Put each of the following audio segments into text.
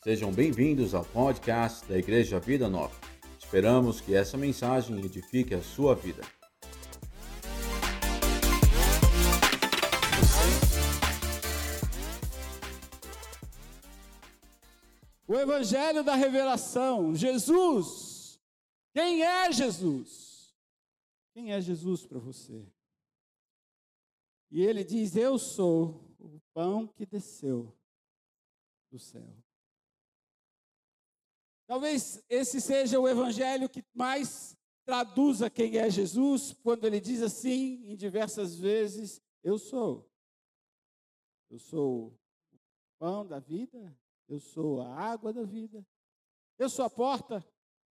Sejam bem-vindos ao podcast da Igreja Vida Nova. Esperamos que essa mensagem edifique a sua vida. O Evangelho da Revelação, Jesus. Quem é Jesus? Quem é Jesus para você? E ele diz: eu sou o pão que desceu do céu. Talvez esse seja o evangelho que mais traduza quem é Jesus, quando ele diz assim, em diversas vezes: eu sou. Eu sou o pão da vida, eu sou a água da vida, eu sou a porta.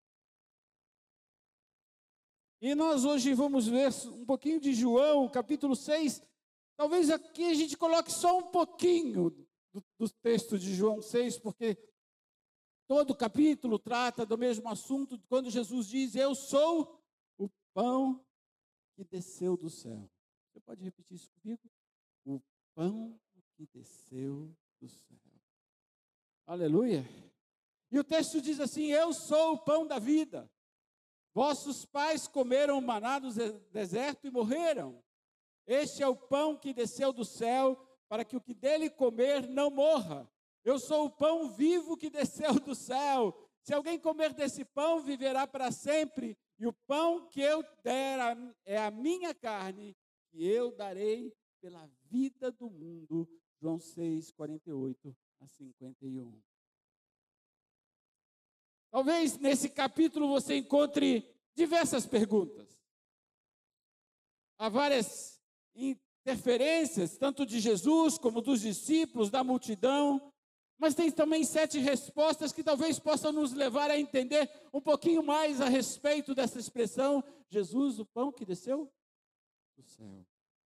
E nós hoje vamos ver um pouquinho de João, capítulo 6. Talvez aqui a gente coloque só um pouquinho do texto de João 6, porque todo o capítulo trata do mesmo assunto, quando Jesus diz: eu sou o pão que desceu do céu. Você pode repetir isso comigo? O pão que desceu do céu. Aleluia. E o texto diz assim: eu sou o pão da vida. Vossos pais comeram maná do deserto e morreram. Este é o pão que desceu do céu, para que o que dele comer não morra. Eu sou o pão vivo que desceu do céu. Se alguém comer desse pão, viverá para sempre. E o pão que eu der é a minha carne, que eu darei pela vida do mundo. João 6, 48 a 51. Talvez nesse capítulo você encontre diversas perguntas. Há várias interferências, tanto de Jesus como dos discípulos, da multidão. Mas tem também 7 respostas que talvez possam nos levar a entender um pouquinho mais a respeito dessa expressão: Jesus, o pão que desceu do céu.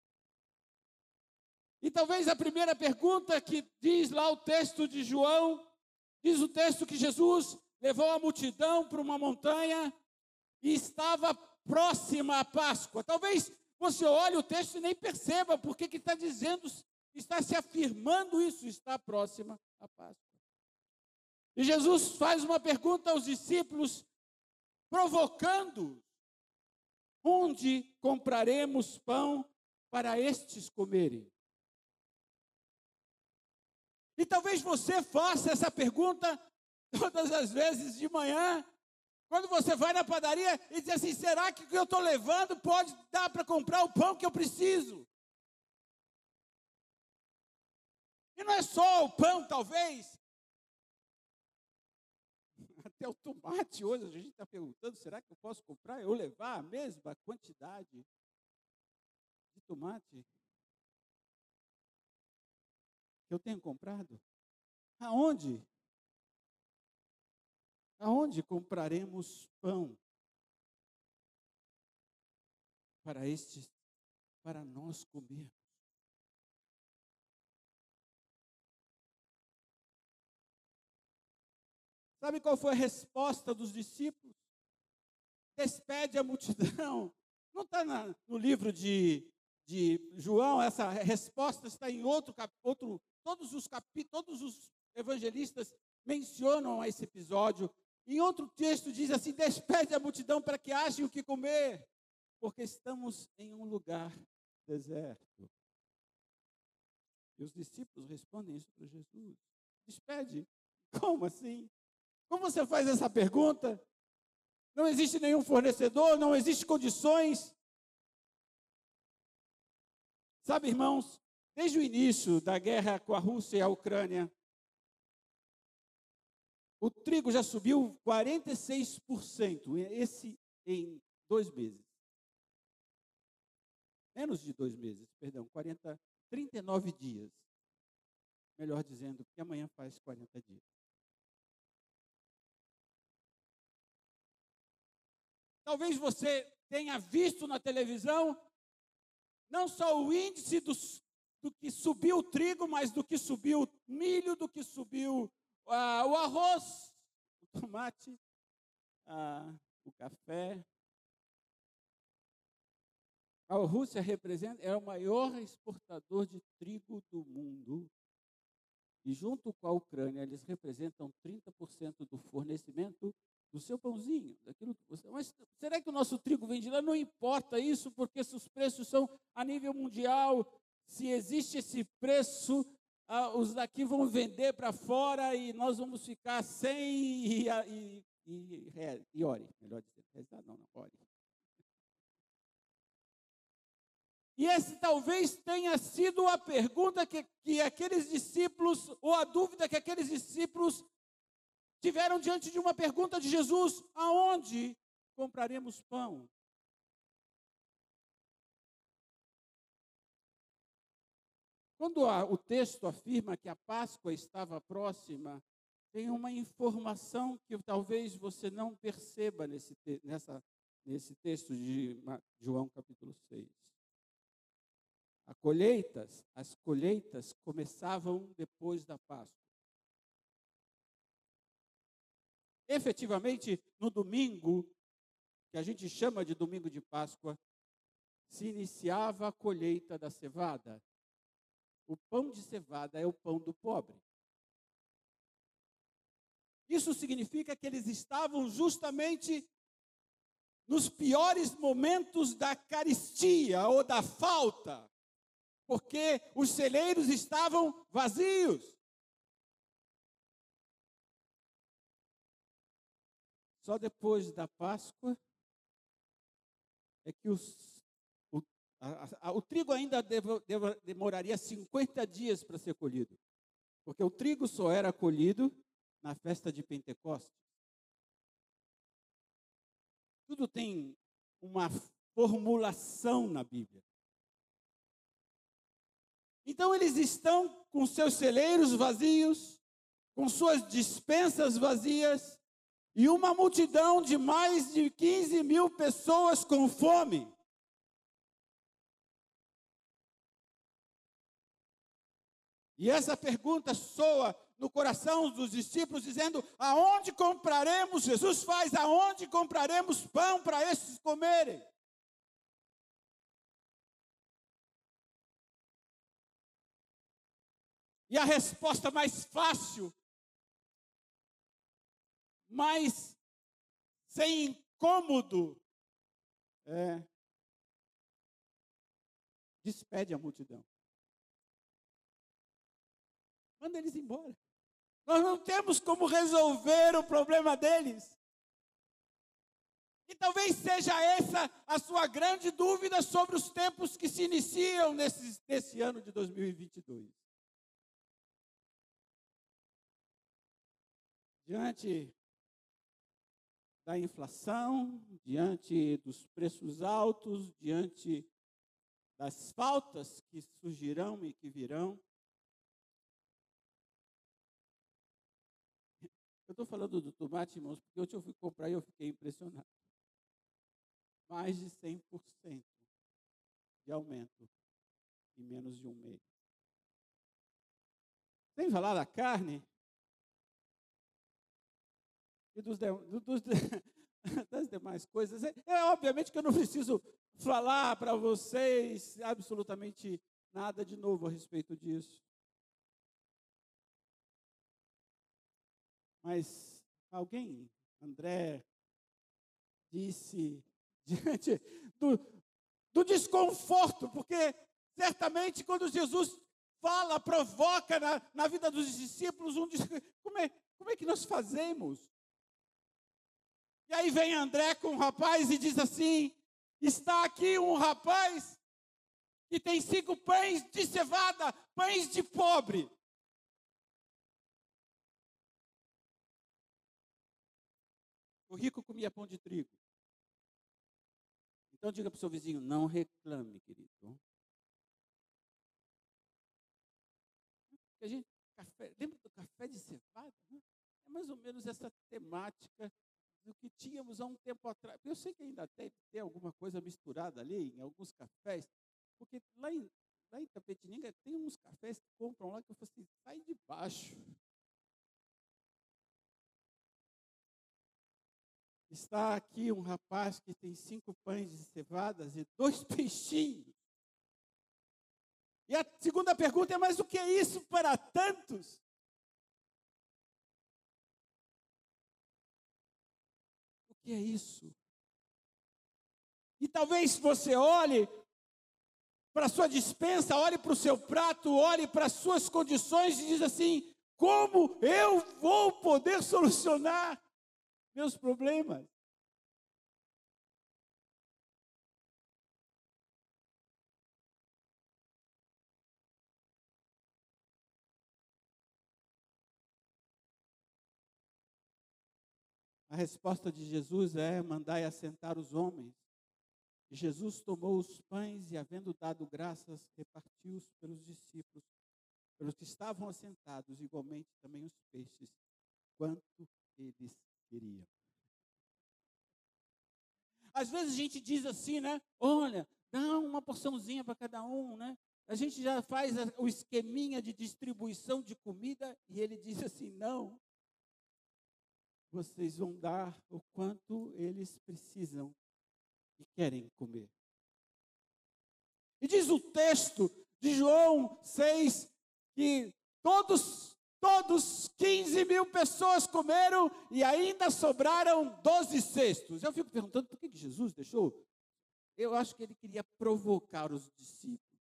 E talvez a primeira pergunta que diz lá o texto de João, diz o texto que Jesus levou a multidão para uma montanha e estava próxima à Páscoa. Talvez você olhe o texto e nem perceba porque que está dizendo, está se afirmando isso, está próxima à Páscoa. E Jesus faz uma pergunta aos discípulos, provocando: onde compraremos pão para estes comerem? E talvez você faça essa pergunta todas as vezes de manhã, quando você vai na padaria e diz assim: será que o que eu estou levando pode dar para comprar o pão que eu preciso? E não é só o pão, talvez. Até o tomate hoje a gente está perguntando: será que eu posso comprar? Eu levar a mesma quantidade de tomate que eu tenho comprado? Aonde? Aonde compraremos pão para nós comermos? Sabe qual foi a resposta dos discípulos? Despede a multidão. Não está no livro de João, essa resposta está em outro todos os evangelistas mencionam esse episódio. Em outro texto diz assim: despede a multidão para que achem o que comer, porque estamos em um lugar deserto. E os discípulos respondem isso para Jesus: despede? Como assim? Como você faz essa pergunta? Não existe nenhum fornecedor, não existe condições. Sabe, irmãos, desde o início da guerra com a Rússia e a Ucrânia, o trigo já subiu 46%, esse em 2 meses. Menos de 2 meses, perdão, 39 dias. Melhor dizendo, porque amanhã faz 40 dias. Talvez você tenha visto na televisão não só o índice do que subiu o trigo, mas do que subiu o milho, do que subiu o arroz, o tomate, o café. A Rússia é o maior exportador de trigo do mundo. E junto com a Ucrânia, eles representam 30% do fornecimento do seu pãozinho, daquilo que você... Mas será que o nosso trigo vem de lá? Não importa isso, porque se os preços são a nível mundial, se existe esse preço, os daqui vão vender para fora e nós vamos ficar sem e ore, melhor dizer, não, ore. E esse talvez tenha sido a pergunta que aqueles discípulos, ou a dúvida que aqueles discípulos tiveram diante de uma pergunta de Jesus: aonde compraremos pão? Quando o texto afirma que a Páscoa estava próxima, tem uma informação que talvez você não perceba nesse texto de João capítulo 6. As colheitas começavam depois da Páscoa. Efetivamente, no domingo, que a gente chama de domingo de Páscoa, se iniciava a colheita da cevada. O pão de cevada é o pão do pobre. Isso significa que eles estavam justamente nos piores momentos da carestia ou da falta, porque os celeiros estavam vazios. Só depois da Páscoa é que o trigo ainda demoraria 50 dias para ser colhido, porque o trigo só era colhido na festa de Pentecostes. Tudo tem uma formulação na Bíblia. Então eles estão com seus celeiros vazios, com suas despensas vazias, e uma multidão de mais de 15 mil pessoas com fome. E essa pergunta soa no coração dos discípulos, dizendo: aonde compraremos? Jesus faz: aonde compraremos pão para esses comerem? E a resposta mais fácil, mais sem incômodo, despede a multidão. Manda eles embora. Nós não temos como resolver o problema deles. E talvez seja essa a sua grande dúvida sobre os tempos que se iniciam nesse ano de 2022. Diante da inflação, diante dos preços altos, diante das faltas que surgirão e que virão. Eu estou falando do tomate, irmãos, porque hoje eu fui comprar e eu fiquei impressionado. Mais de 100% de aumento em menos de um mês. Sem falar da carne e das demais coisas. Obviamente que eu não preciso falar para vocês absolutamente nada de novo a respeito disso. Mas alguém, André, disse, diante do desconforto, porque certamente quando Jesus fala, provoca na vida dos discípulos, como é que nós fazemos? E aí vem André com um rapaz e diz assim: está aqui um rapaz que tem 5 pães de cevada, pães de pobre. O rico comia pão de trigo. Então diga para o seu vizinho: não reclame, querido. Porque lembra do café de cevada? É mais ou menos essa temática do que tínhamos há um tempo atrás. Eu sei que ainda tem alguma coisa misturada ali em alguns cafés, porque lá em Tapetininga tem uns cafés que compram lá que eu falo assim: sai de baixo. Está aqui um rapaz que tem 5 pães de cevadas e 2 peixinhos. E a segunda pergunta é: mas o que é isso para tantos? que é isso? E talvez você olhe para a sua despensa, olhe para o seu prato, olhe para as suas condições e diz assim: como eu vou poder solucionar meus problemas? A resposta de Jesus é: mandai assentar os homens. E Jesus tomou os pães e, havendo dado graças, repartiu-os pelos discípulos, pelos que estavam assentados, igualmente também os peixes, quanto eles queriam. Às vezes a gente diz assim, né? Olha, dá uma porçãozinha para cada um, né? A gente já faz o esqueminha de distribuição de comida e ele diz assim: não, vocês vão dar o quanto eles precisam e querem comer. E diz o texto de João 6 que todos 15 mil pessoas comeram e ainda sobraram 12 cestos. Eu fico perguntando por que Jesus deixou? Eu acho que ele queria provocar os discípulos.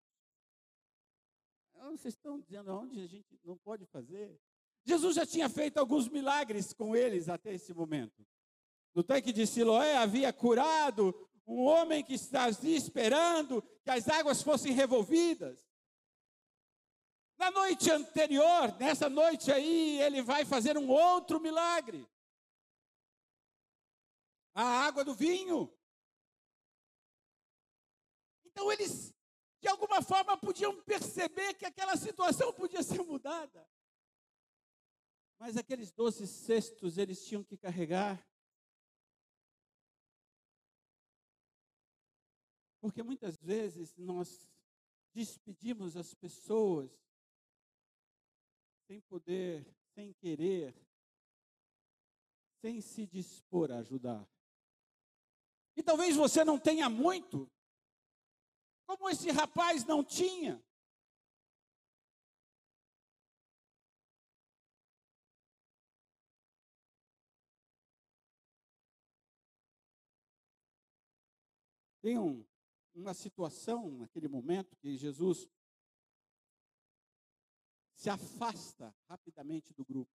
Vocês estão dizendo aonde a gente não pode fazer? Jesus já tinha feito alguns milagres com eles até esse momento. No tanque de Siloé havia curado um homem que estava esperando que as águas fossem revolvidas. Na noite anterior, nessa noite aí, ele vai fazer um outro milagre. A água do vinho. Então eles, de alguma forma, podiam perceber que aquela situação podia ser mudada. Mas aqueles 12 cestos eles tinham que carregar. Porque muitas vezes nós despedimos as pessoas sem poder, sem querer, sem se dispor a ajudar. E talvez você não tenha muito, como esse rapaz não tinha. Tem uma situação naquele momento que Jesus se afasta rapidamente do grupo.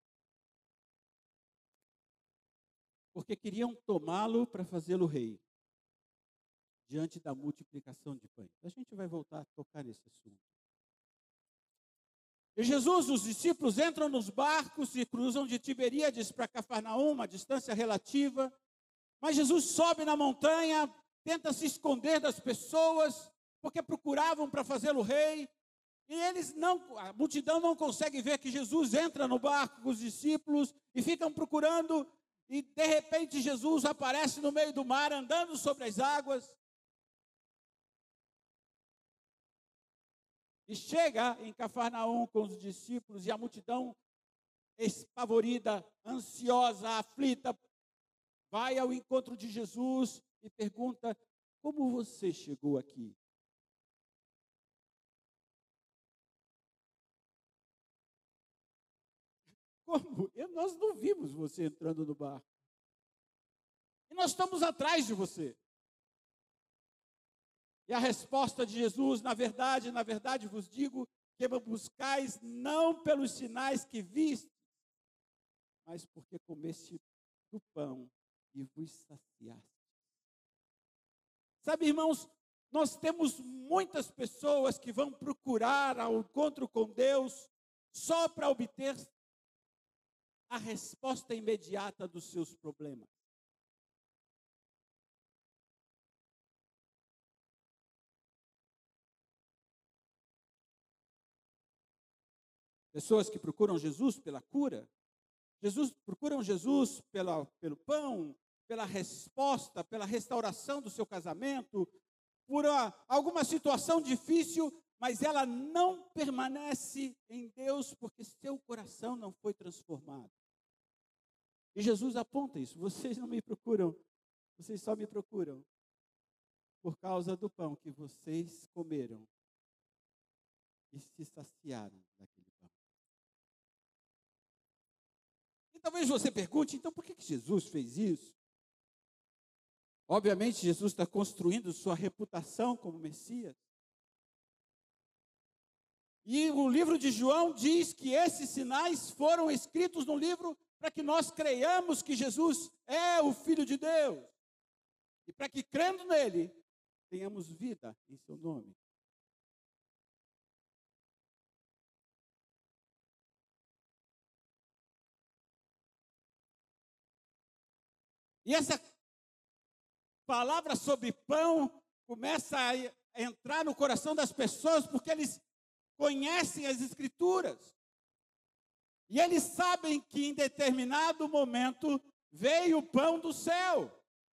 Porque queriam tomá-lo para fazê-lo rei, diante da multiplicação de pães. A gente vai voltar a tocar nesse assunto. E Jesus, os discípulos entram nos barcos e cruzam de Tiberíades para Cafarnaum, uma distância relativa. Mas Jesus sobe na montanha, tenta se esconder das pessoas, porque procuravam para fazê-lo rei. E a multidão não consegue ver que Jesus entra no barco com os discípulos e ficam procurando. E de repente Jesus aparece no meio do mar, andando sobre as águas. E chega em Cafarnaum com os discípulos e a multidão, espavorida, ansiosa, aflita, vai ao encontro de Jesus e pergunta: como você chegou aqui? Como? Nós não vimos você entrando no barco. E nós estamos atrás de você. E a resposta de Jesus: na verdade vos digo, que me buscais não pelos sinais que viste, mas porque comeste do pão e vos saciaste. Sabe, irmãos, nós temos muitas pessoas que vão procurar ao encontro com Deus só para obter a resposta imediata dos seus problemas. Pessoas que procuram Jesus pela cura, procuram Jesus pelo pão, pela resposta, pela restauração do seu casamento, por alguma situação difícil, mas ela não permanece em Deus porque seu coração não foi transformado. E Jesus aponta isso: vocês não me procuram, vocês só me procuram por causa do pão que vocês comeram e se saciaram daquele pão. E talvez você pergunte: então por que Jesus fez isso? Obviamente, Jesus está construindo sua reputação como Messias. E o livro de João diz que esses sinais foram escritos no livro para que nós creiamos que Jesus é o Filho de Deus. E para que, crendo nele, tenhamos vida em seu nome. E essa palavra sobre pão começa a entrar no coração das pessoas porque eles conhecem as Escrituras. E eles sabem que em determinado momento veio o pão do céu.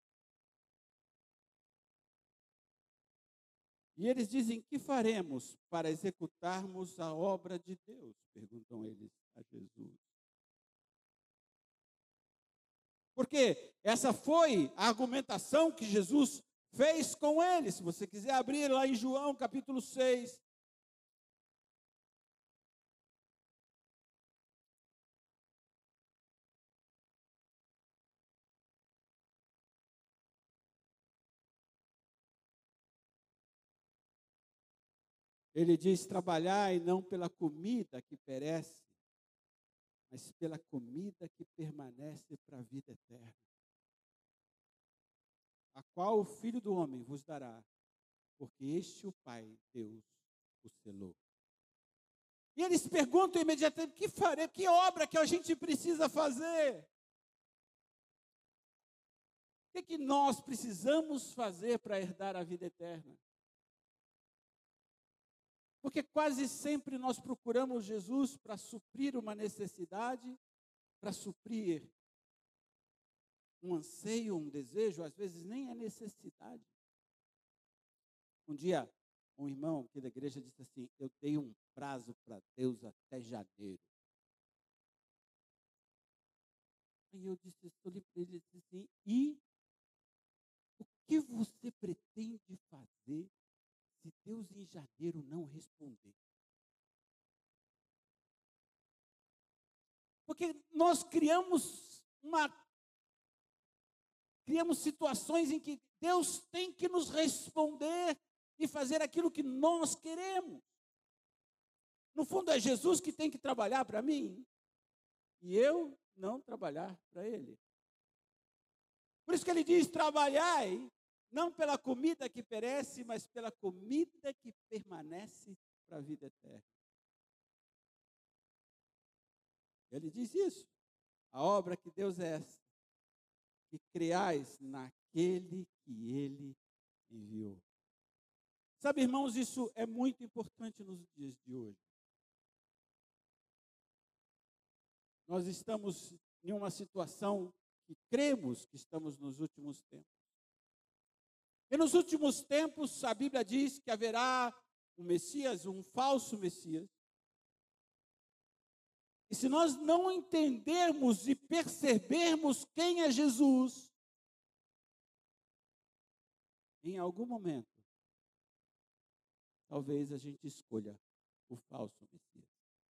E eles dizem: que faremos para executarmos a obra de Deus? Perguntam eles a Jesus. Porque essa foi a argumentação que Jesus fez com eles. Se você quiser abrir lá em João capítulo 6. Ele diz: trabalhai não pela comida que perece, mas pela comida que permanece para a vida eterna, a qual o Filho do Homem vos dará, porque este o Pai, Deus, o selou. E eles perguntam imediatamente: que farei, que obra que a gente precisa fazer? O que nós precisamos fazer para herdar a vida eterna? Porque quase sempre nós procuramos Jesus para suprir uma necessidade, para suprir um anseio, um desejo, às vezes nem é necessidade. Um dia, um irmão aqui da igreja disse assim: eu dei um prazo para Deus até janeiro. Aí eu disse, olhei para ele e disse assim: e o que você pretende fazer se Deus em janeiro não responder? Porque nós criamos situações em que Deus tem que nos responder e fazer aquilo que nós queremos. No fundo, é Jesus que tem que trabalhar para mim e eu não trabalhar para Ele. Por isso que ele diz: trabalhai não pela comida que perece, mas pela comida que permanece para a vida eterna. Ele diz isso. A obra que Deus é essa, que creais naquele que Ele enviou. Sabe, irmãos, isso é muito importante nos dias de hoje. Nós estamos em uma situação que cremos que estamos nos últimos tempos. E nos últimos tempos, a Bíblia diz que haverá um Messias, um falso Messias. E se nós não entendermos e percebermos quem é Jesus, em algum momento, talvez a gente escolha o falso Messias.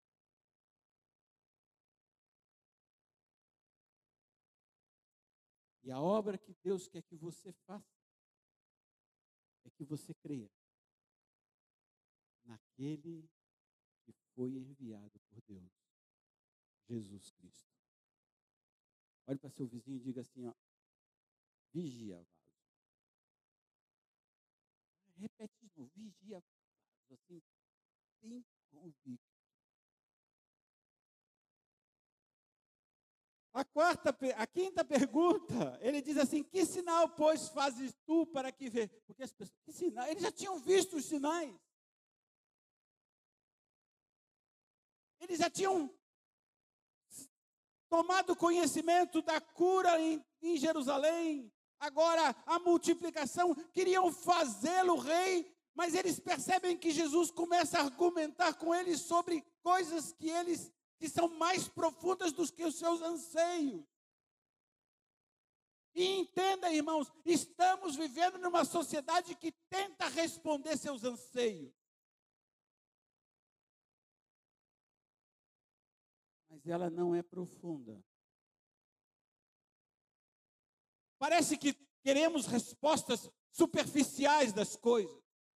E a obra que Deus quer que você faça é que você creia naquele que foi enviado por Deus, Jesus Cristo. Olhe para seu vizinho e diga assim, ó: vigia, vaso. Repete de novo: vigia, vaso. Assim, tem convicto. A quinta pergunta, ele diz assim: que sinal, pois, fazes tu para que vê? Porque as pessoas, que sinal? Eles já tinham visto os sinais. Eles já tinham tomado conhecimento da cura em Jerusalém. Agora, a multiplicação, queriam fazê-lo rei, mas eles percebem que Jesus começa a argumentar com eles sobre coisas que são mais profundas do que os seus anseios. E entenda, irmãos, estamos vivendo numa sociedade que tenta responder seus anseios. Mas ela não é profunda. Parece que queremos respostas superficiais das coisas.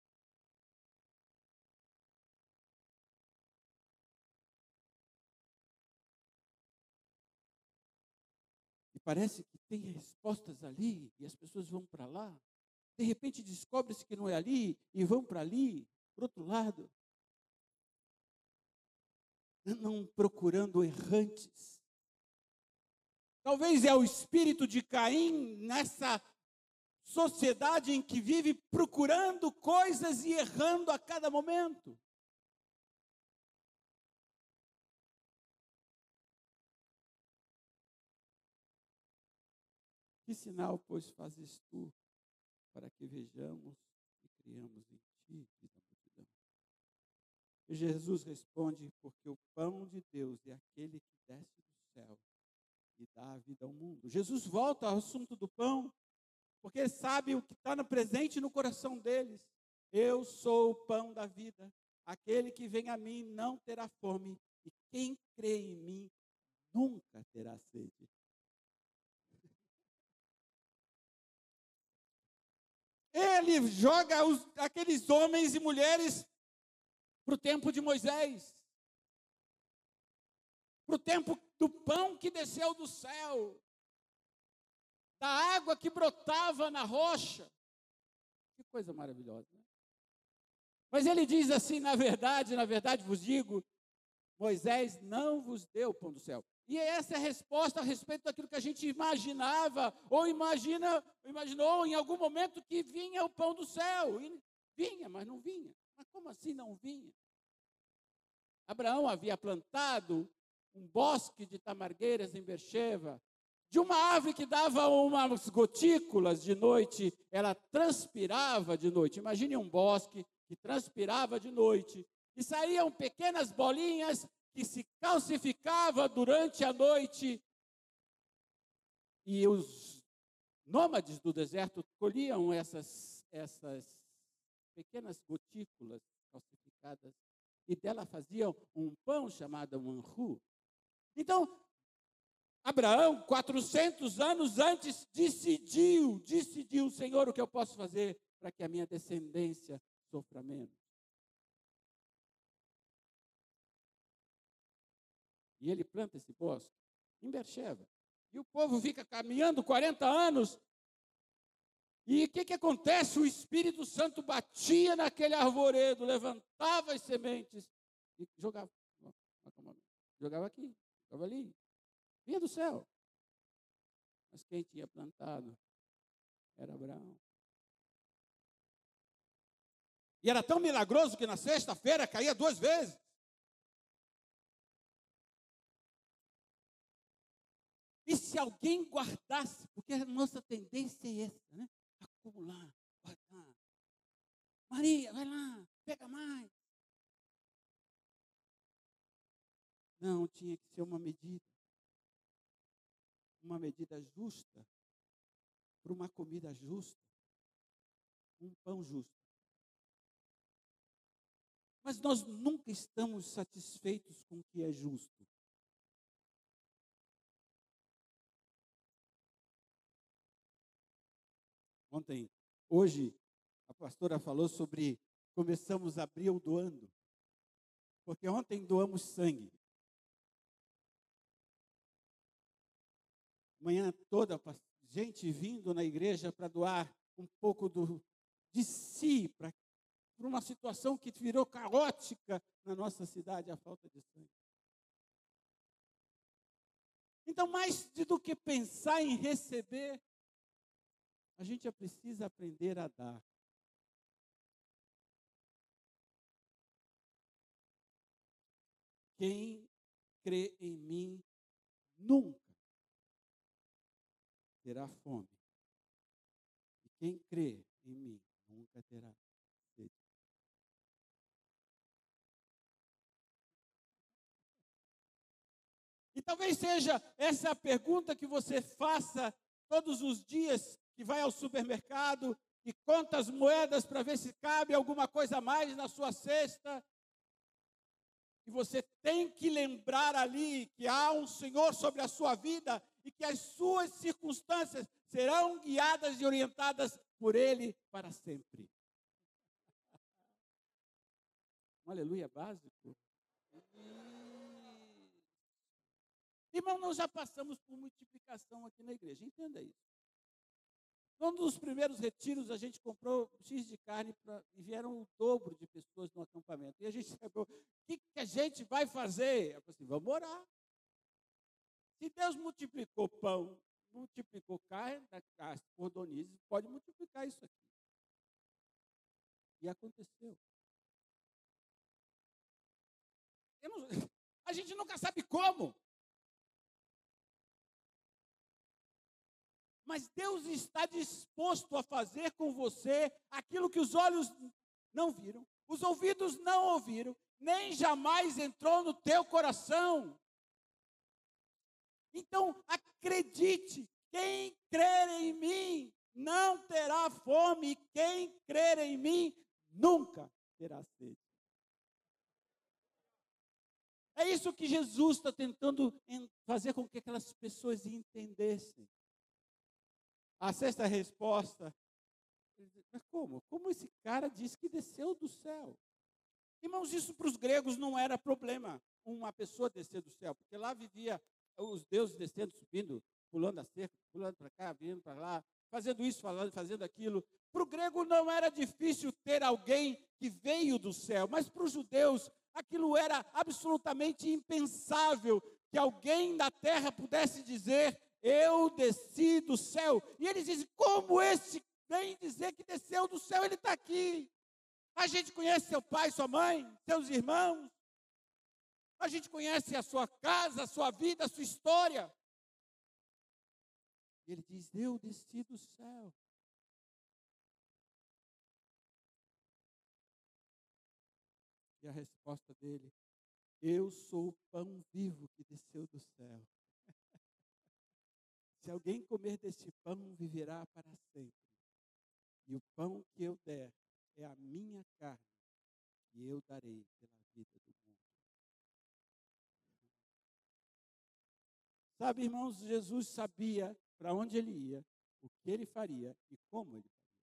E parece que tem respostas ali e as pessoas vão para lá. De repente descobre-se que não é ali e vão para ali, para o outro lado. Não procurando errantes. Talvez é o espírito de Caim nessa sociedade em que vive procurando coisas e errando a cada momento. Que sinal, pois, fazes tu para que vejamos e criamos em ti vida multidão? E Jesus responde, porque o pão de Deus é aquele que desce do céu e dá a vida ao mundo. Jesus volta ao assunto do pão, porque ele sabe o que está no presente no coração deles. Eu sou o pão da vida. Aquele que vem a mim não terá fome, e quem crê em mim nunca terá sede. Ele joga aqueles homens e mulheres para o tempo de Moisés, para o tempo do pão que desceu do céu, da água que brotava na rocha. Que coisa maravilhosa, né? Mas ele diz assim, na verdade vos digo, Moisés não vos deu o pão do céu. E essa é a resposta a respeito daquilo que a gente imaginava, ou imaginou em algum momento que vinha o pão do céu. E vinha, mas não vinha. Mas como assim não vinha? Abraão havia plantado um bosque de tamargueiras em Beersheba, de uma árvore que dava umas gotículas de noite, ela transpirava de noite. Imagine um bosque que transpirava de noite, e saíam pequenas bolinhas que se calcificavam durante a noite, e os nômades do deserto colhiam essas pequenas gotículas calcificadas, e dela faziam um pão chamado manhu. Então, Abraão, 400 anos antes, decidiu, Senhor, o que eu posso fazer para que a minha descendência sofra menos? E ele planta esse bosque em Beersheba. E o povo fica caminhando 40 anos. E o que acontece? O Espírito Santo batia naquele arvoredo, levantava as sementes e jogava. Jogava aqui, jogava ali. Vinha do céu. Mas quem tinha plantado era Abraão. E era tão milagroso que na sexta-feira caía 2 vezes. E se alguém guardasse, porque a nossa tendência é essa, né? Acumular, guardar. Maria, vai lá, pega mais. Não, tinha que ser uma medida justa, para uma comida justa, um pão justo. Mas nós nunca estamos satisfeitos com o que é justo. Hoje, a pastora falou sobre começamos abril doando, porque ontem doamos sangue. Manhã toda, gente vindo na igreja para doar um pouco de si, para uma situação que virou caótica na nossa cidade, a falta de sangue. Então, mais do que pensar em receber, a gente precisa aprender a dar. Quem crê em mim nunca terá fome. E quem crê em mim nunca terá sede. E talvez seja essa a pergunta que você faça todos os dias que vai ao supermercado e conta as moedas para ver se cabe alguma coisa a mais na sua cesta. E você tem que lembrar ali que há um Senhor sobre a sua vida e que as suas circunstâncias serão guiadas e orientadas por Ele para sempre. Um aleluia básico. Irmão, nós já passamos por multiplicação aqui na igreja, entenda isso. Num dos primeiros retiros, a gente comprou X de carne e vieram o dobro de pessoas no acampamento. E a gente falou, o que a gente vai fazer? Eu falei assim, vamos orar. Se Deus multiplicou pão, multiplicou carne, cordonizes, pode multiplicar isso aqui. E aconteceu. A gente nunca sabe como. Mas Deus está disposto a fazer com você aquilo que os olhos não viram, os ouvidos não ouviram, nem jamais entrou no teu coração. Então, acredite, quem crer em mim não terá fome, e quem crer em mim nunca terá sede. É isso que Jesus está tentando fazer com que aquelas pessoas entendessem. A sexta resposta, mas como? Como esse cara disse que desceu do céu? Irmãos, isso para os gregos não era problema, uma pessoa descer do céu, porque lá vivia os deuses descendo, subindo, pulando a cerca, pulando para cá, vindo para lá, fazendo isso, fazendo aquilo. Para o grego não era difícil ter alguém que veio do céu, mas para os judeus aquilo era absolutamente impensável, que alguém da terra pudesse dizer, eu desci do céu. E eles dizem, como esse vem dizer que desceu do céu, ele está aqui. A gente conhece seu pai, sua mãe, seus irmãos. A gente conhece a sua casa, a sua vida, a sua história. E ele diz, eu desci do céu. E a resposta dele, eu sou o pão vivo que desceu do céu. Se alguém comer deste pão, viverá para sempre. E o pão que eu der é a minha carne, que eu darei pela vida do mundo. Sabe, irmãos, Jesus sabia para onde ele ia, o que ele faria e como ele faria.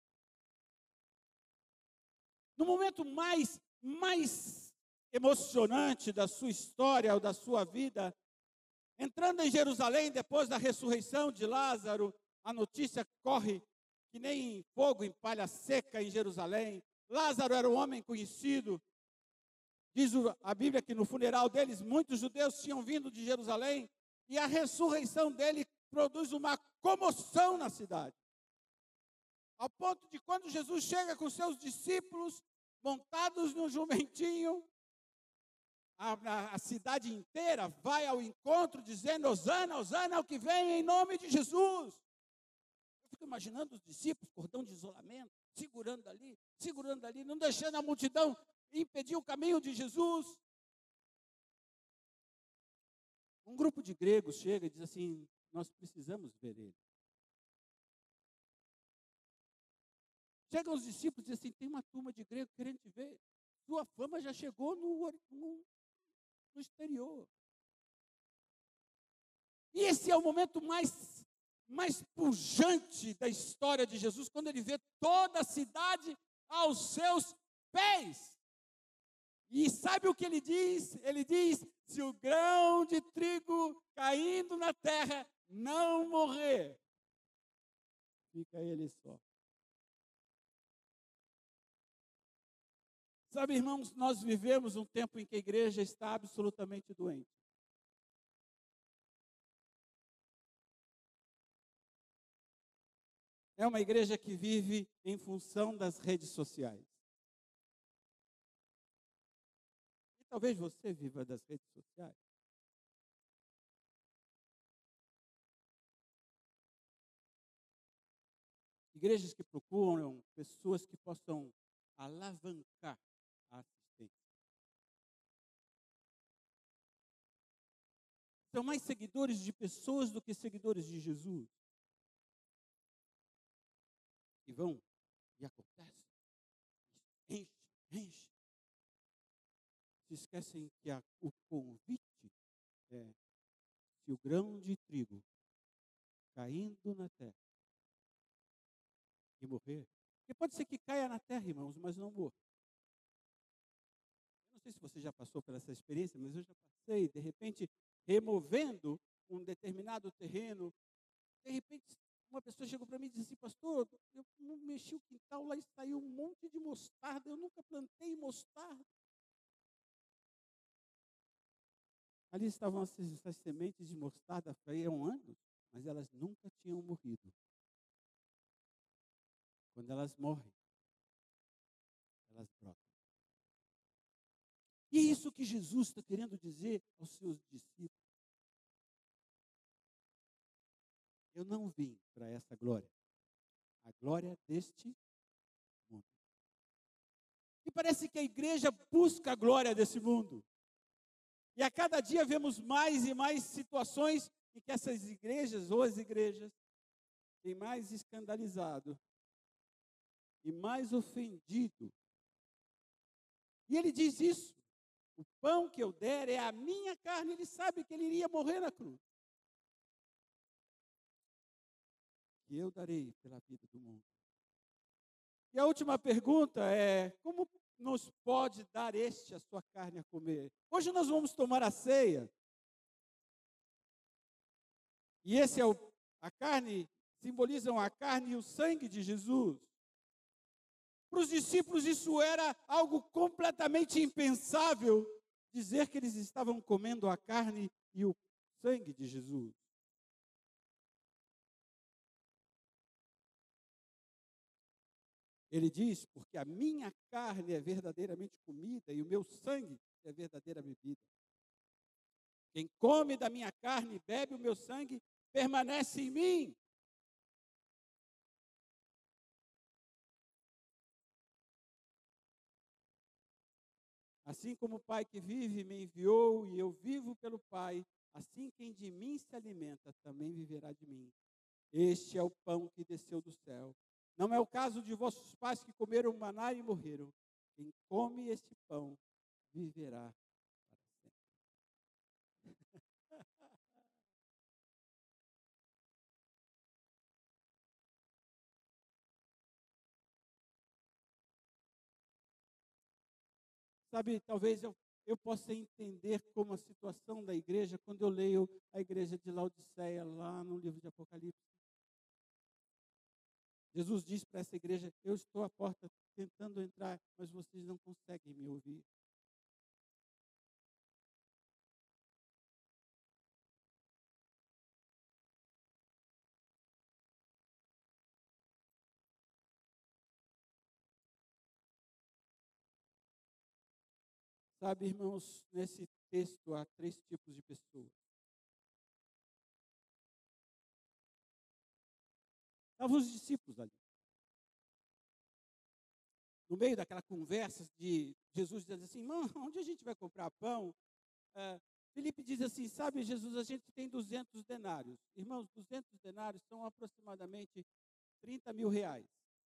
No momento mais emocionante da sua história ou da sua vida, entrando em Jerusalém, depois da ressurreição de Lázaro, a notícia corre que nem fogo em palha seca em Jerusalém. Lázaro era um homem conhecido. Diz a Bíblia que no funeral deles, muitos judeus tinham vindo de Jerusalém, e a ressurreição dele produz uma comoção na cidade. Ao ponto de quando Jesus chega com seus discípulos, montados num jumentinho, a cidade inteira vai ao encontro dizendo, Hosana, Hosana ao que vem em nome de Jesus. Eu fico imaginando os discípulos, cordão de isolamento, segurando ali, não deixando a multidão impedir o caminho de Jesus. Um grupo de gregos chega e diz assim, nós precisamos ver ele. Chegam os discípulos e dizem assim, tem uma turma de gregos querendo te ver. Sua fama já chegou no exterior. E esse é o momento mais pujante da história de Jesus, quando ele vê toda a cidade aos seus pés. E sabe o que ele diz? Ele diz, se o grão de trigo caindo na terra não morrer, fica ele só. Sabe, irmãos, nós vivemos um tempo em que a igreja está absolutamente doente. É uma igreja que vive em função das redes sociais. E talvez você viva das redes sociais. Igrejas que procuram pessoas que possam alavancar a assistência. São mais seguidores de pessoas do que seguidores de Jesus. E vão, e acontece. Enche. Se esquecem que o convite é, se o grão de trigo caindo na terra e morrer. Porque pode ser que caia na terra, irmãos, mas não morra. Eu não sei se você já passou por essa experiência, mas eu já passei, de repente, removendo um determinado terreno. De repente, uma pessoa chegou para mim e disse assim: pastor, eu não mexi o quintal lá e saiu um monte de mostarda, eu nunca plantei mostarda. Ali estavam essas sementes de mostarda há anos, mas elas nunca tinham morrido. Quando elas morrem, elas brotam. E é isso que Jesus está querendo dizer aos seus discípulos. Eu não vim para essa glória, a glória deste mundo. E parece que a igreja busca a glória desse mundo. E a cada dia vemos mais e mais situações em que essas igrejas, ou as igrejas, têm mais escandalizado e mais ofendido. E ele diz isso: o pão que eu der é a minha carne. Ele sabe que ele iria morrer na cruz. Que eu darei pela vida do mundo. E a última pergunta é: como nos pode dar este a sua carne a comer? Hoje nós vamos tomar a ceia. E esse é a carne, simbolizam a carne e o sangue de Jesus. Para os discípulos isso era algo completamente impensável, dizer que eles estavam comendo a carne e o sangue de Jesus. Ele diz: porque a minha carne é verdadeiramente comida e o meu sangue é verdadeira bebida. Quem come da minha carne e bebe o meu sangue, permanece em mim. Assim como o Pai que vive me enviou e eu vivo pelo Pai, assim quem de mim se alimenta também viverá de mim. Este é o pão que desceu do céu. Não é o caso de vossos pais que comeram maná e morreram. Quem come este pão viverá para sempre. Sabe, talvez eu possa entender como a situação da igreja quando eu leio a igreja de Laodiceia lá no livro de Apocalipse. Jesus diz para essa igreja: eu estou à porta tentando entrar, mas vocês não conseguem me ouvir. Sabe, irmãos, nesse texto há 3 tipos de pessoas. Estavam os discípulos ali. No meio daquela conversa de Jesus dizendo assim: irmão, onde a gente vai comprar pão? Felipe diz assim: sabe, Jesus, a gente tem 200 denários. Irmãos, 200 denários são aproximadamente 30 mil reais.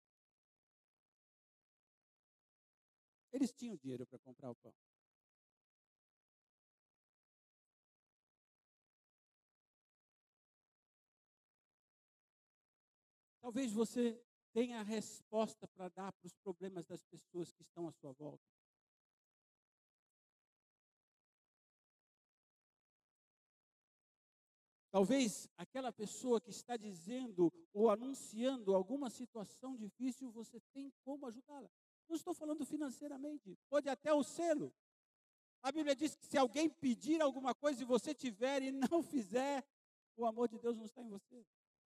Eles tinham dinheiro para comprar o pão. Talvez você tenha a resposta para dar para os problemas das pessoas que estão à sua volta. Talvez aquela pessoa que está dizendo ou anunciando alguma situação difícil, você tem como ajudá-la. Não estou falando financeiramente, pode até o selo. A Bíblia diz que se alguém pedir alguma coisa e você tiver e não fizer, o amor de Deus não está em você.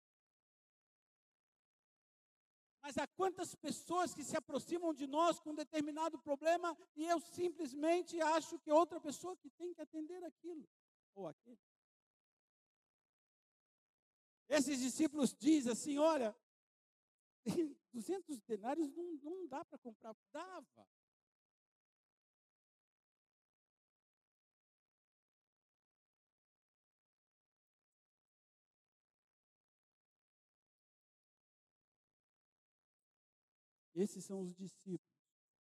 Mas há quantas pessoas que se aproximam de nós com um determinado problema e eu simplesmente acho que é outra pessoa que tem que atender aquilo ou aquele. Esses discípulos dizem assim: olha, 200 denários não dá para comprar. Dava. Esses são os discípulos.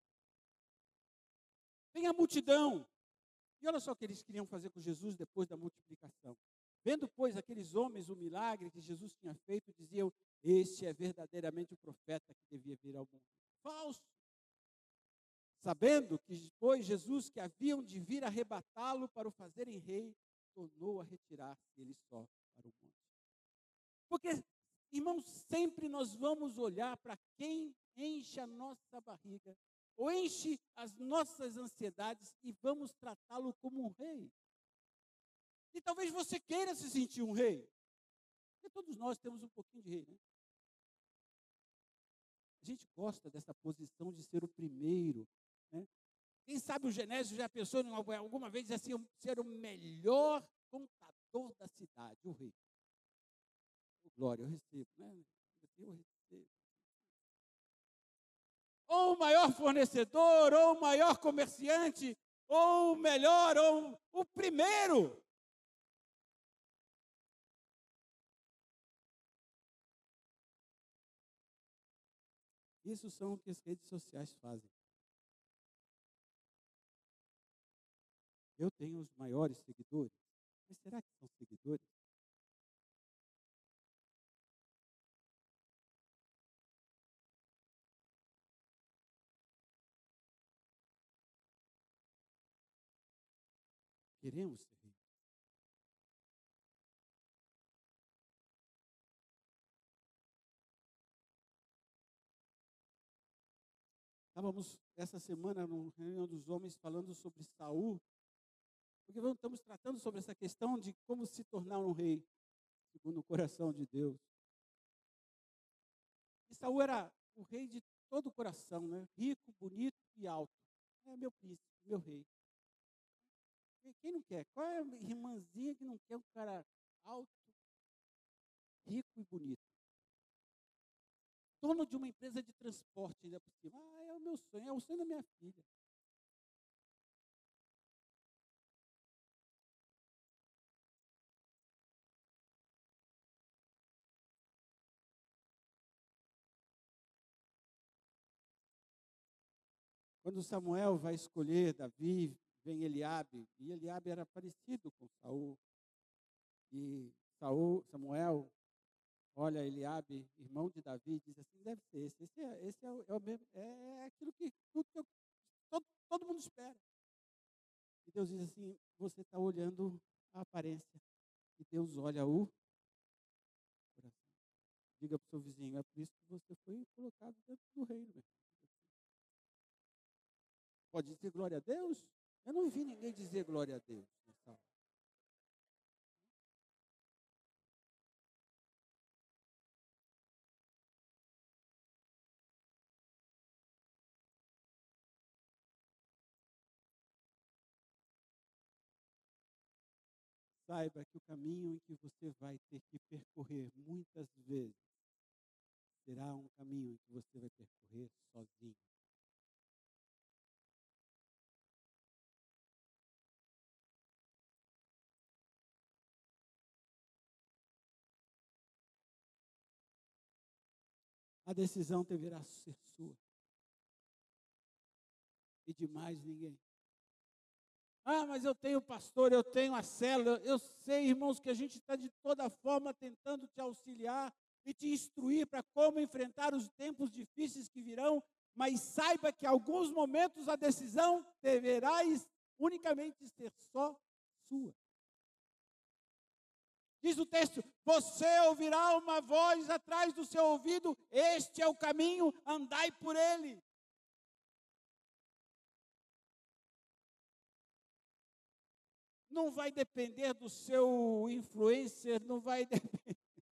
Tem a multidão. E olha só o que eles queriam fazer com Jesus depois da multiplicação. Vendo, pois, aqueles homens o milagre que Jesus tinha feito, diziam: Este é verdadeiramente o profeta que devia vir ao mundo. Falso. Sabendo que foi Jesus que haviam de vir arrebatá-lo para o fazerem rei, tornou a retirar-se ele só para o monte. Porque, irmãos, sempre nós vamos olhar para quem enche a nossa barriga, ou enche as nossas ansiedades, e vamos tratá-lo como um rei. E talvez você queira se sentir um rei, porque todos nós temos um pouquinho de rei, né? A gente gosta dessa posição de ser o primeiro, né? Quem sabe o Genésio já pensou alguma vez assim, ser o melhor contador da cidade, o rei. Glória, eu recebo, né? Eu recebo. Ou o maior fornecedor, ou o maior comerciante, ou o melhor, ou o primeiro. Isso são o que as redes sociais fazem. Eu tenho os maiores seguidores, mas será que são seguidores? Queremos ser rei. Estávamos essa semana no reunião dos homens falando sobre Saul, porque estamos tratando sobre essa questão de como se tornar um rei, segundo o coração de Deus. E Saul era o rei de todo o coração, né? Rico, bonito e alto. É meu príncipe, meu rei. Quem não quer? Qual é a irmãzinha que não quer um cara alto, rico e bonito? Dono de uma empresa de transporte ainda por cima. Ah, é o meu sonho, é o sonho da minha filha. Quando Samuel vai escolher Davi, vem Eliabe, e Eliabe era parecido com Saul. E Samuel olha Eliabe, irmão de Davi, e diz assim, deve ser esse. Esse é o mesmo, é aquilo que, todo mundo espera. E Deus diz assim, você está olhando a aparência, e Deus olha o coração. Diga para o seu vizinho, é por isso que você foi colocado dentro do reino. Meu. Pode dizer glória a Deus? Eu não vi ninguém dizer glória a Deus. Saiba que o caminho em que você vai ter que percorrer muitas vezes será um caminho em que você vai percorrer sozinho. A decisão deverá ser sua e de mais ninguém. Ah, mas eu tenho pastor, eu tenho a célula. Eu sei, irmãos, que a gente está de toda forma tentando te auxiliar e te instruir para como enfrentar os tempos difíceis que virão, mas saiba que em alguns momentos a decisão deverá unicamente ser só sua. Diz o texto, você ouvirá uma voz atrás do seu ouvido, este é o caminho, andai por ele. Não vai depender do seu influencer, não vai depender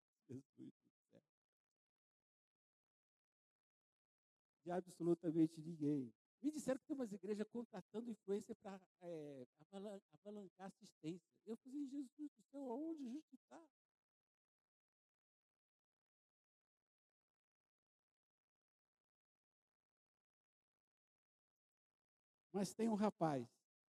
de absolutamente ninguém. Me disseram que tem umas igrejas contratando influencer para avalancar assistência. Eu falei, Jesus do céu, aonde a gente está? Mas tem um rapaz.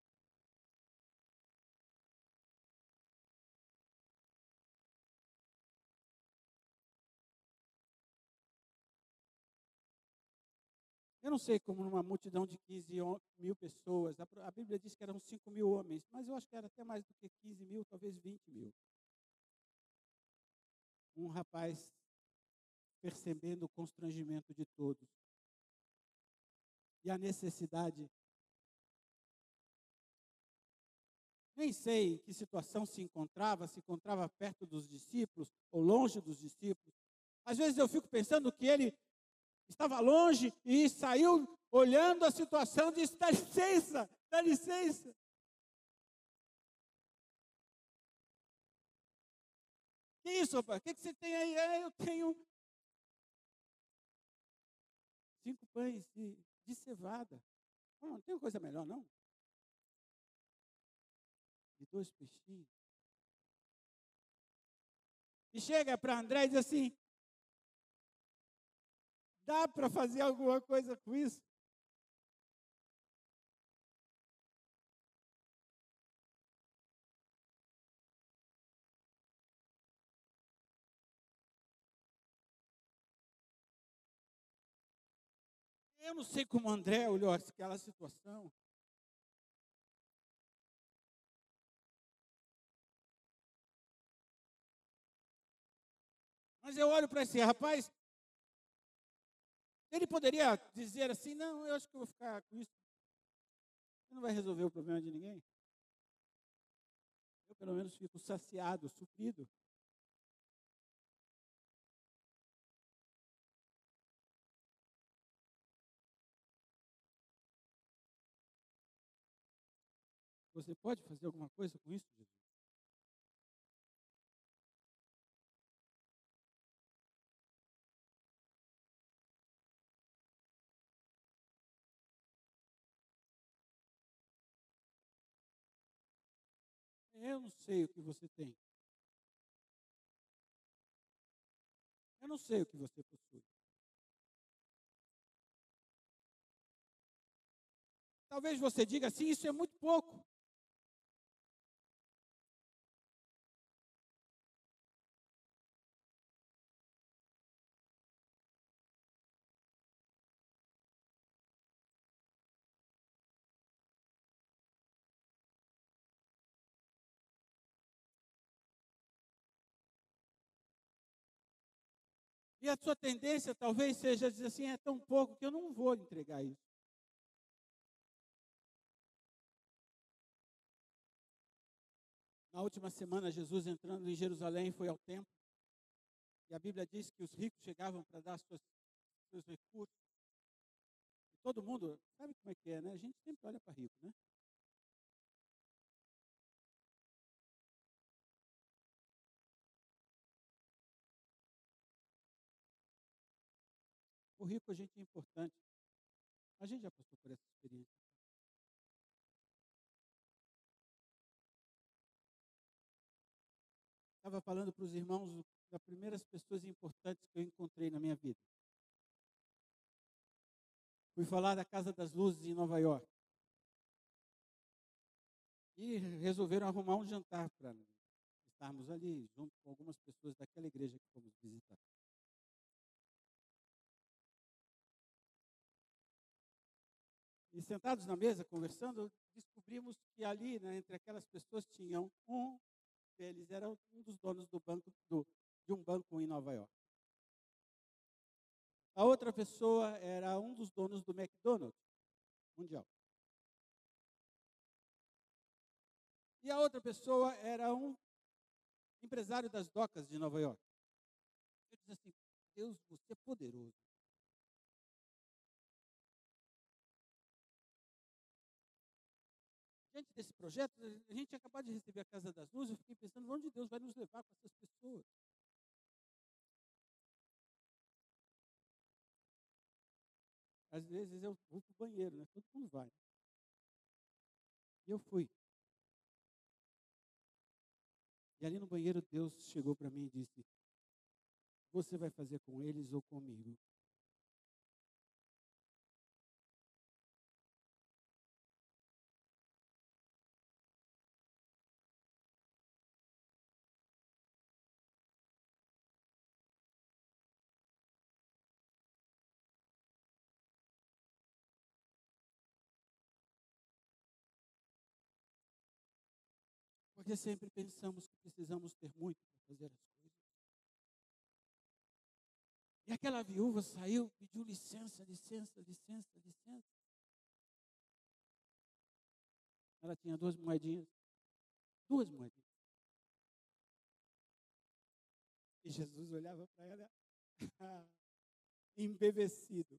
Eu não sei como numa multidão de 15 mil pessoas, a Bíblia diz que eram 5 mil homens, mas eu acho que era até mais do que 15 mil, talvez 20 mil. Um rapaz percebendo o constrangimento de todos e a necessidade. Nem sei em que situação se encontrava perto dos discípulos ou longe dos discípulos. Às vezes eu fico pensando que ele estava longe e saiu olhando a situação e disse: dá licença, dá licença. Que isso, rapaz? O que você tem aí? Eu tenho 5 pães de cevada. Não tem coisa melhor, não? E 2 peixinhos. E chega para André e diz assim: dá para fazer alguma coisa com isso? Eu não sei como André olhou aquela situação. Mas eu olho para esse rapaz, ele poderia dizer assim: não, eu acho que eu vou ficar com isso. Você não vai resolver o problema de ninguém. Eu, pelo menos, fico saciado, suprido. Você pode fazer alguma coisa com isso, Jesus? Eu não sei o que você tem. Eu não sei o que você possui. Talvez você diga assim: isso é muito pouco. E a sua tendência talvez seja dizer assim: é tão pouco que eu não vou entregar isso. Na última semana, Jesus entrando em Jerusalém foi ao templo. E a Bíblia diz que os ricos chegavam para dar seus recursos. E todo mundo, sabe como é que é, né? A gente sempre olha para rico, né? O rico, a gente é importante. A gente já passou por essa experiência. Estava falando para os irmãos das primeiras pessoas importantes que eu encontrei na minha vida. Fui falar da Casa das Luzes em Nova York. E resolveram arrumar um jantar para estarmos ali, junto com algumas pessoas daquela igreja que fomos visitar. E sentados na mesa, conversando, descobrimos que ali, né, entre aquelas pessoas, tinham um deles, era um dos donos de um banco em Nova York. A outra pessoa era um dos donos do McDonald's mundial. E a outra pessoa era um empresário das docas de Nova York. Eu disse assim: Deus, você é poderoso. Diante desse projeto, a gente acabou de receber a Casa das Luzes, eu fiquei pensando: onde Deus vai nos levar com essas pessoas? Às vezes eu vou para o banheiro, né? Todo mundo vai. E eu fui. E ali no banheiro, Deus chegou para mim e disse: você vai fazer com eles ou comigo? Porque sempre pensamos que precisamos ter muito para fazer as coisas. E aquela viúva saiu, pediu licença. Ela tinha 2 moedinhas. 2 moedinhas. E Jesus olhava para ela, embevecido.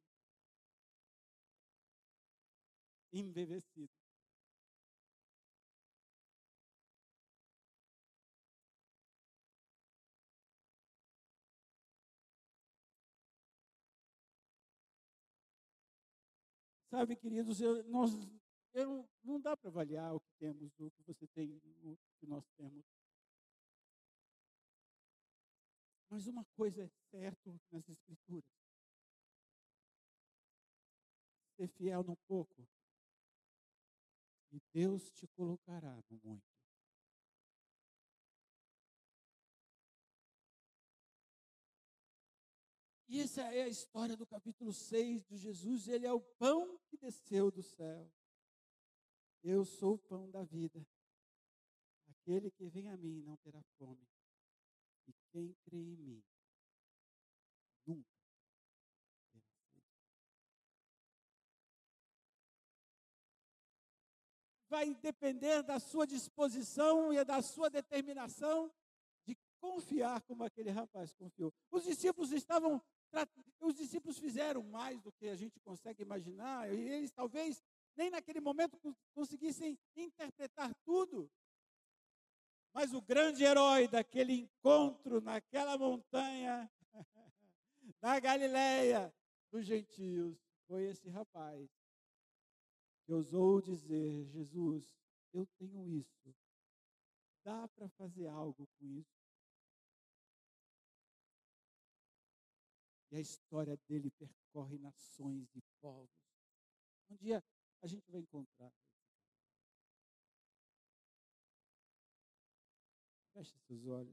Sabe, queridos, não dá para avaliar o que temos, o que você tem, o que nós temos. Mas uma coisa é certo nas Escrituras: ser fiel no pouco, e Deus te colocará no muito. E essa é a história do capítulo 6 de Jesus. Ele é o pão que desceu do céu. Eu sou o pão da vida. Aquele que vem a mim não terá fome. E quem crê em mim nunca terá sede. Vai depender da sua disposição e da sua determinação de confiar como aquele rapaz confiou. Os discípulos fizeram mais do que a gente consegue imaginar, e eles talvez nem naquele momento conseguissem interpretar tudo. Mas o grande herói daquele encontro naquela montanha, na Galileia dos gentios, foi esse rapaz que ousou dizer: Jesus, eu tenho isso, dá para fazer algo com isso? E a história dele percorre nações e povos. Um dia a gente vai encontrar. Feche seus olhos.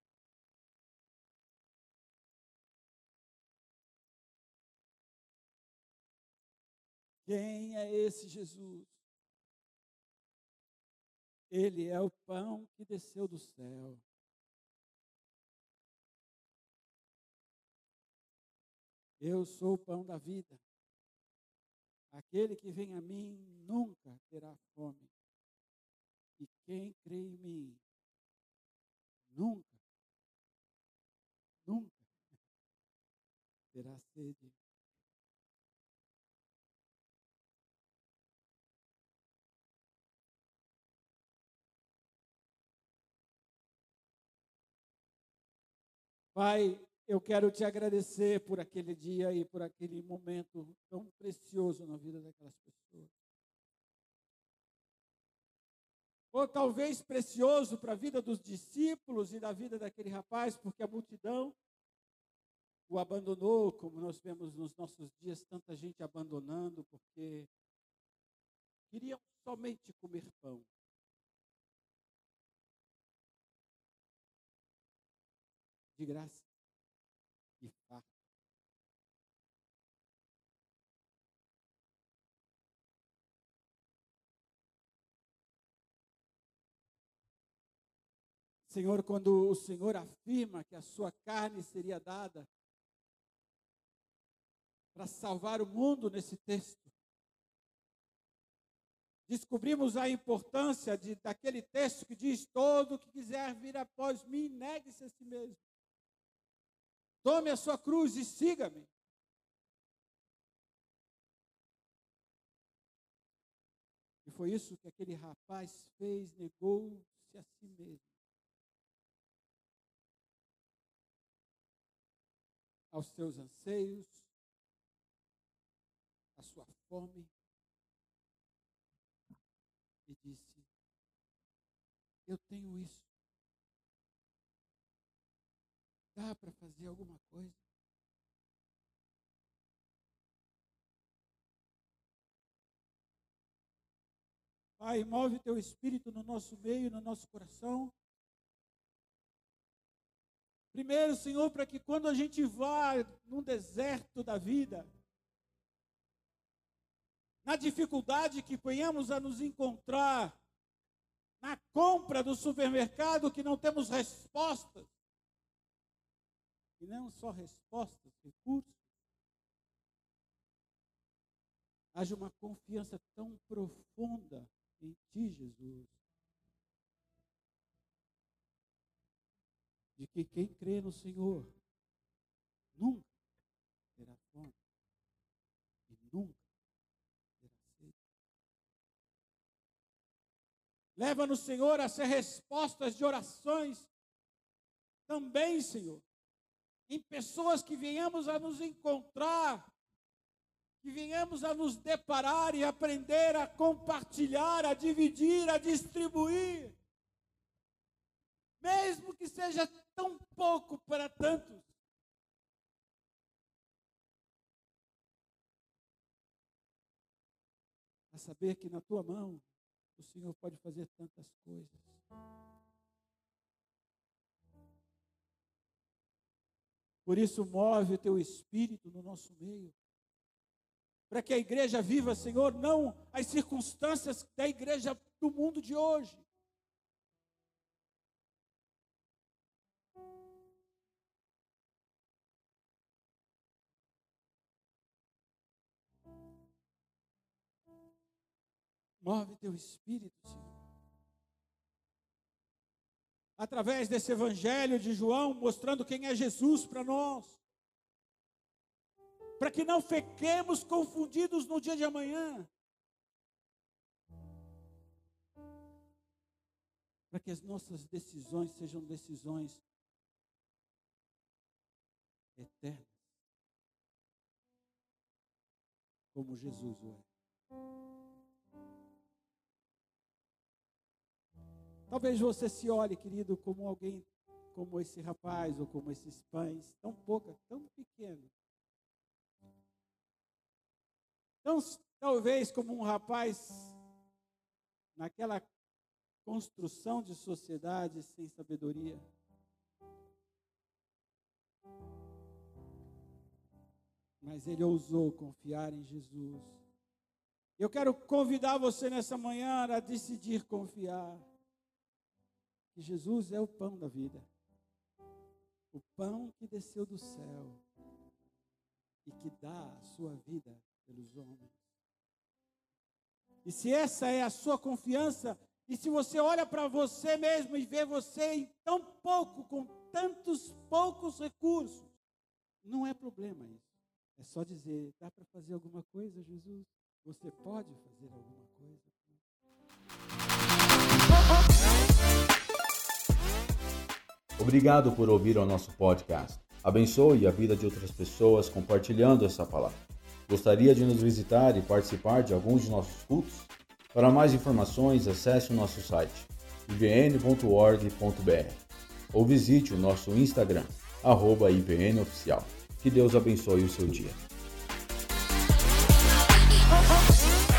Quem é esse Jesus? Ele é o pão que desceu do céu. Eu sou o pão da vida. Aquele que vem a mim nunca terá fome. E quem crê em mim nunca terá sede. Pai, eu quero te agradecer por aquele dia e por aquele momento tão precioso na vida daquelas pessoas. Ou talvez precioso para a vida dos discípulos e da vida daquele rapaz, porque a multidão o abandonou, como nós vemos nos nossos dias, tanta gente abandonando, porque queriam somente comer pão. De graça e farto. Senhor, quando o Senhor afirma que a sua carne seria dada para salvar o mundo nesse texto, descobrimos a importância daquele texto que diz: todo que quiser vir após mim, negue-se a si mesmo. Tome a sua cruz e siga-me. E foi isso que aquele rapaz fez, negou-se a si mesmo. Aos seus anseios, à sua fome, e disse: eu tenho isso. Dá para fazer alguma coisa? Pai, move teu Espírito no nosso meio, no nosso coração. Primeiro, Senhor, para que quando a gente vá no deserto da vida, na dificuldade que venhamos a nos encontrar, na compra do supermercado que não temos respostas, e não só respostas, recursos. Haja uma confiança tão profunda em Ti, Jesus, de que quem crê no Senhor nunca terá fome e nunca terá sede. Leva-nos, Senhor, a ser respostas de orações também, Senhor, em pessoas que venhamos a nos encontrar, que venhamos a nos deparar e aprender a compartilhar, a dividir, a distribuir, mesmo que seja tão pouco para tantos. A saber que na tua mão o Senhor pode fazer tantas coisas. Por isso, move o teu Espírito no nosso meio, para que a igreja viva, Senhor, não as circunstâncias da igreja do mundo de hoje. Move teu Espírito, Senhor. Através desse evangelho de João, mostrando quem é Jesus para nós. Para que não fiquemos confundidos no dia de amanhã. Para que as nossas decisões sejam decisões eternas. Como Jesus o é. Talvez você se olhe, querido, como alguém, como esse rapaz, ou como esses pães, tão pouca, tão pequeno. Então, talvez como um rapaz, naquela construção de sociedade sem sabedoria. Mas ele ousou confiar em Jesus. Eu quero convidar você nessa manhã a decidir confiar. Que Jesus é o pão da vida, o pão que desceu do céu e que dá a sua vida pelos homens. E se essa é a sua confiança, e se você olha para você mesmo e vê você em tão pouco, com tantos poucos recursos, não é problema isso. É só dizer, dá para fazer alguma coisa, Jesus? Você pode fazer alguma coisa? Obrigado por ouvir o nosso podcast. Abençoe a vida de outras pessoas compartilhando essa palavra. Gostaria de nos visitar e participar de alguns de nossos cultos? Para mais informações, acesse o nosso site ivn.org.br ou visite o nosso Instagram, @ivnoficial. Que Deus abençoe o seu dia.